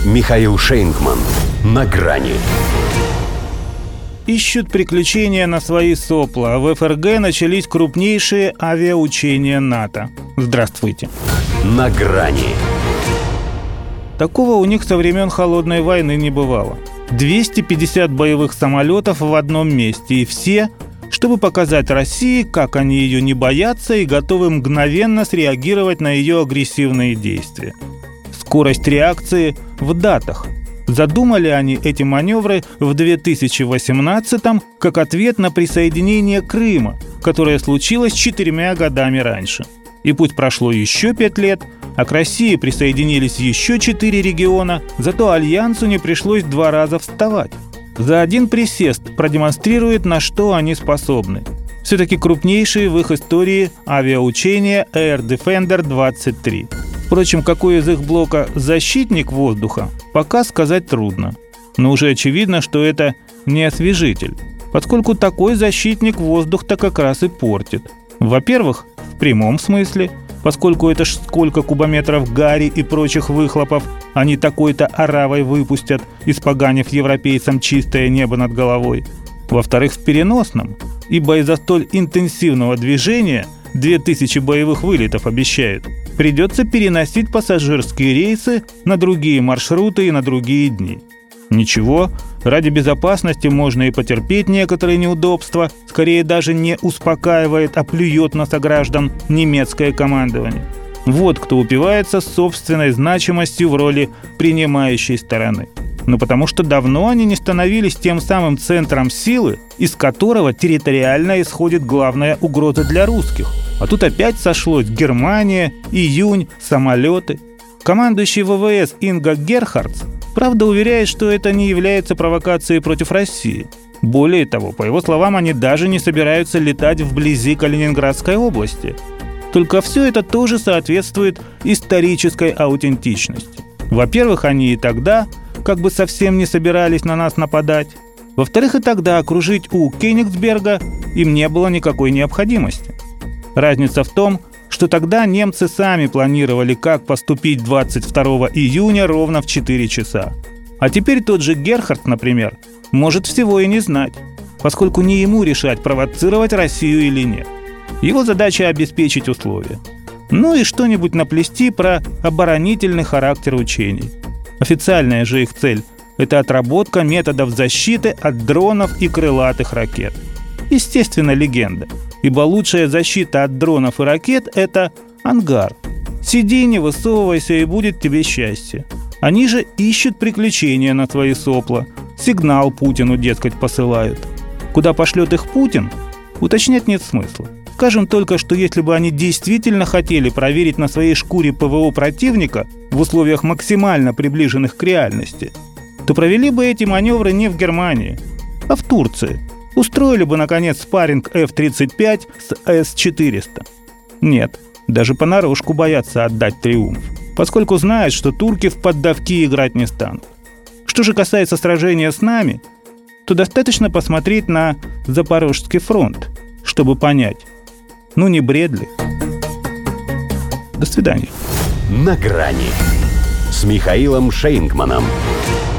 Михаил Шейнгман. На грани. Ищут приключения на свои сопла, а в ФРГ начались крупнейшие авиаучения НАТО. Здравствуйте. На грани. Такого у них со времен Холодной войны не бывало. 250 боевых самолетов в одном месте, и все, чтобы показать России, как они ее не боятся и готовы мгновенно среагировать на ее агрессивные действия. Скорость реакции в датах. Задумали они эти маневры в 2018-м как ответ на присоединение Крыма, которое случилось 4 годами раньше. И пусть прошло еще 5 лет, а к России присоединились еще 4 региона, зато Альянсу не пришлось 2 раза вставать. За один присест продемонстрирует, на что они способны. Все-таки крупнейшие в их истории авиаучения Air Defender 23. Впрочем, какой из их блока защитник воздуха, пока сказать трудно. Но уже очевидно, что это не освежитель, поскольку такой защитник воздух-то как раз и портит. Во-первых, в прямом смысле, поскольку это ж сколько кубометров гари и прочих выхлопов они такой-то оравой выпустят, испоганив европейцам чистое небо над головой. Во-вторых, в переносном, ибо из-за столь интенсивного движения 2000 боевых вылетов обещают. Придется переносить пассажирские рейсы на другие маршруты и на другие дни. Ничего, ради безопасности можно и потерпеть некоторые неудобства, скорее даже не успокаивает, а плюет на сограждан немецкое командование. Вот кто упивается собственной значимостью в роли принимающей стороны. Но потому что давно они не становились тем самым центром силы, из которого территориально исходит главная угроза для русских. А тут опять сошлось Германия, июнь, самолеты. Командующий ВВС Инга Герхардс, правда, уверяет, что это не является провокацией против России. Более того, по его словам, они даже не собираются летать вблизи Калининградской области. Только все это тоже соответствует исторической аутентичности. Во-первых, они и тогда как бы совсем не собирались на нас нападать. Во-вторых, и тогда окружить у Кёнигсберга им не было никакой необходимости. Разница в том, что тогда немцы сами планировали, как поступить 22 июня ровно в 4 часа. А теперь тот же Герхард, например, может всего и не знать, поскольку не ему решать, провоцировать Россию или нет. Его задача – обеспечить условия. Ну и что-нибудь наплести про оборонительный характер учений. Официальная же их цель – это отработка методов защиты от дронов и крылатых ракет. Естественно, легенда, ибо лучшая защита от дронов и ракет – это ангар. Сиди, не высовывайся, и будет тебе счастье. Они же ищут приключения на свои сопла, сигнал Путину, дескать, посылают. Куда пошлет их Путин, уточнять нет смысла. Скажем только, что если бы они действительно хотели проверить на своей шкуре ПВО противника в условиях максимально приближенных к реальности, то провели бы эти маневры не в Германии, а в Турции. Устроили бы, наконец, спарринг F-35 с С-400. Нет, даже понарошку боятся отдать триумф, поскольку знают, что турки в поддавки играть не станут. Что же касается сражения с нами, то достаточно посмотреть на Запорожский фронт, чтобы понять, ну не бред ли? До свидания. На грани с Михаилом Шейнгманом.